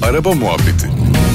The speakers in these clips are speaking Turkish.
Araba Muhabbeti.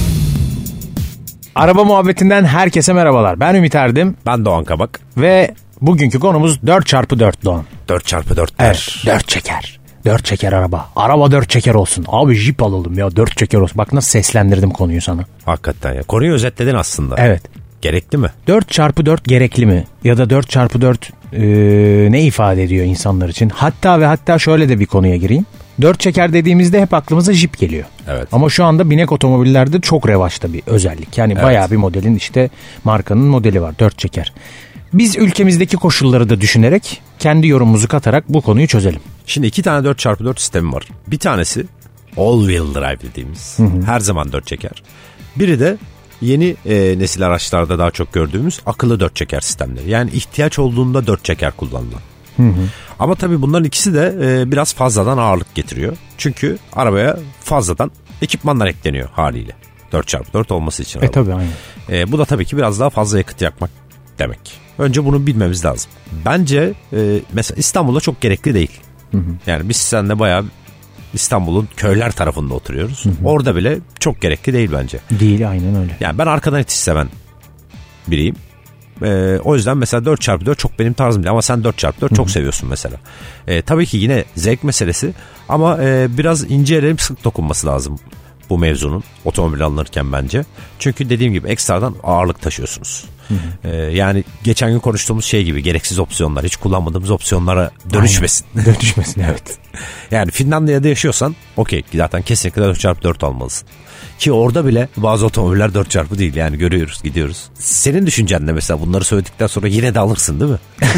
Araba muhabbetinden herkese merhabalar. Ben Ümit Erdim. Ben Doğan Kabak. Ve bugünkü konumuz 4x4 Doğan. 4x4'ler. Evet, 4 çeker. 4 çeker araba. Araba 4 çeker olsun. Abi Jeep alalım ya, 4 çeker olsun. Bak nasıl seslendirdim konuyu sana. Hakikaten ya. Konuyu özetledin aslında. Evet. Gerekli mi? 4x4 gerekli mi? Ya da 4x4 ne ifade ediyor insanlar için? Hatta şöyle de bir konuya gireyim. 4 çeker dediğimizde hep aklımıza Jeep geliyor. Evet. Ama şu anda binek otomobillerde çok revaçta bir özellik. Yani evet. Bayağı bir modelin işte markanın modeli var 4 çeker. Biz ülkemizdeki koşulları da düşünerek kendi yorumumuzu katarak bu konuyu çözelim. Şimdi 2 tane 4x4 sistemi var. Bir tanesi all wheel drive dediğimiz. Her zaman 4 çeker. Biri de yeni nesil araçlarda daha çok gördüğümüz akıllı 4 çeker sistemleri. Yani ihtiyaç olduğunda 4 çeker kullanılan. Ama tabii bunların ikisi de biraz fazladan ağırlık getiriyor. Çünkü arabaya fazladan ekipmanlar ekleniyor haliyle. 4x4 olması için. Tabii aynen. Bu da tabii ki biraz daha fazla yakıt yakmak demek. Önce bunu bilmemiz lazım. Bence mesela İstanbul'da çok gerekli değil. Yani biz seninle bayağı İstanbul'un köyler tarafında oturuyoruz. Orada bile çok gerekli değil bence. Değil, aynen öyle. Yani ben arkadan itiş seven biriyim. O yüzden mesela 4x4 çok benim tarzım değil. Ama sen 4x4 çok seviyorsun mesela. Tabii ki yine zevk meselesi. Ama biraz ince eleyip sık dokunması lazım bu mevzunun otomobil alınırken bence. Çünkü dediğim gibi ekstradan ağırlık taşıyorsunuz. Yani geçen gün konuştuğumuz şey gibi gereksiz opsiyonlar, hiç kullanmadığımız opsiyonlara dönüşmesin. Dönüşmesin, evet. Yani Finlandiya'da yaşıyorsan okey, zaten kesinlikle 4x4 almalısın. Ki orada bile bazı otomobiller 4x değil, yani görüyoruz, gidiyoruz. Senin düşüncen ne mesela, bunları söyledikten sonra yine de alırsın değil mi?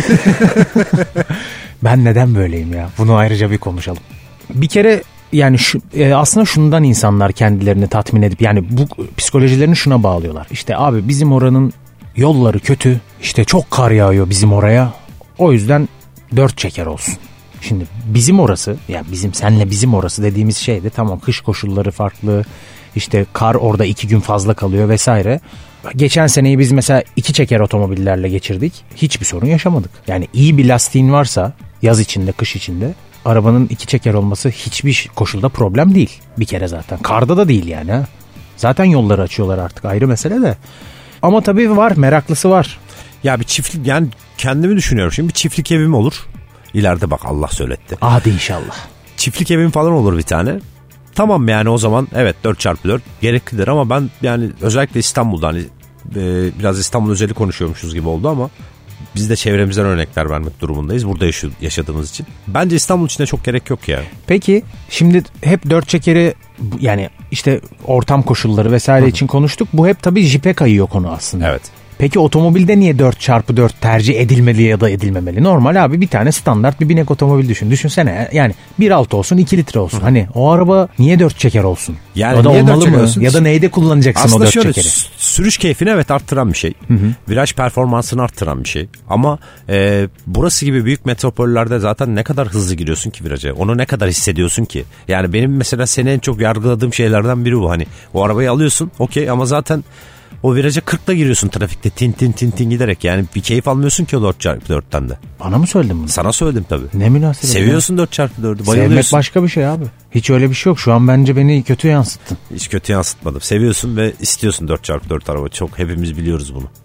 Ben neden böyleyim ya? Bunu ayrıca bir konuşalım. Bir kere yani aslında şundan insanlar kendilerini tatmin edip, yani bu psikolojilerini şuna bağlıyorlar. İşte abi bizim oranın yolları kötü, işte çok kar yağıyor bizim oraya, o yüzden 4 çeker olsun. Şimdi bizim orası, yani senle bizim orası dediğimiz şey de tamam, kış koşulları farklı, işte kar orada 2 gün fazla kalıyor vesaire. Geçen seneyi biz mesela 2 çeker otomobillerle geçirdik, hiçbir sorun yaşamadık. Yani iyi bir lastiğin varsa yaz içinde, kış içinde, arabanın 2 çeker olması hiçbir koşulda problem değil. Bir kere zaten. Karda da değil yani. Ha? Zaten yolları açıyorlar artık, ayrı mesele de. Ama tabii var, meraklısı var. Ya bir çiftlik, yani kendimi düşünüyorum. Şimdi bir çiftlik evim olur. İleride bak, Allah söyletti. Hadi inşallah. Çiftlik evim falan olur bir tane. Tamam, yani o zaman evet 4x4 gereklidir ama ben yani özellikle İstanbul'da, hani biraz İstanbul özeli konuşuyormuşuz gibi oldu ama biz de çevremizden örnekler vermek durumundayız burada yaşadığımız için. Bence İstanbul için de çok gerek yok ya. Peki şimdi hep 4 çekeri, yani işte ortam koşulları vesaire için konuştuk. Bu hep tabii Jeep'e kayıyor konu aslında. Evet. Peki otomobilde niye 4x4 tercih edilmeli ya da edilmemeli? Normal abi, bir tane standart bir binek otomobil düşün. Düşünsene yani 1.6 olsun, 2 litre olsun. Hani o araba niye 4 çeker olsun? Yani ya da niye olmalı mı? olsun? Ya da neyde kullanacaksın aslında o 4 şöyle, çekeri? Sürüş keyfini evet arttıran bir şey. Viraj performansını arttıran bir şey. Ama burası gibi büyük metropollerde zaten ne kadar hızlı giriyorsun ki viraja? Onu ne kadar hissediyorsun ki? Yani benim mesela seni en çok yargıladığım şeylerden biri bu. Hani o arabayı alıyorsun okey, ama zaten o viraja 40'la giriyorsun trafikte, tin giderek, yani bir keyif almıyorsun ki o 4x4'ten de. Bana mı söyledin bunu? Sana söyledim tabii. Ne münasebet. Seviyorsun 4x4'ü, bayılıyorsun. Sevmek başka bir şey abi. Hiç öyle bir şey yok. Şu an bence beni kötü yansıttın. Hiç kötü yansıtmadım. Seviyorsun ve istiyorsun 4x4 araba. Çok, hepimiz biliyoruz bunu.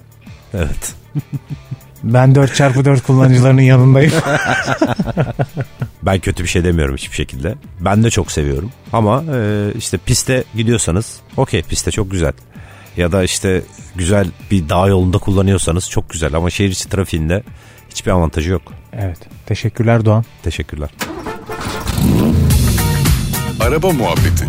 Evet. Ben 4x4 kullanıcılarının yanındayım. Ben kötü bir şey demiyorum hiçbir şekilde. Ben de çok seviyorum. Ama işte piste gidiyorsanız okey, piste çok güzel. Ya da işte güzel bir dağ yolunda kullanıyorsanız çok güzel. Ama şehir içi trafiğinde hiçbir avantajı yok. Evet. Teşekkürler Doğan. Teşekkürler. Araba Muhabbeti.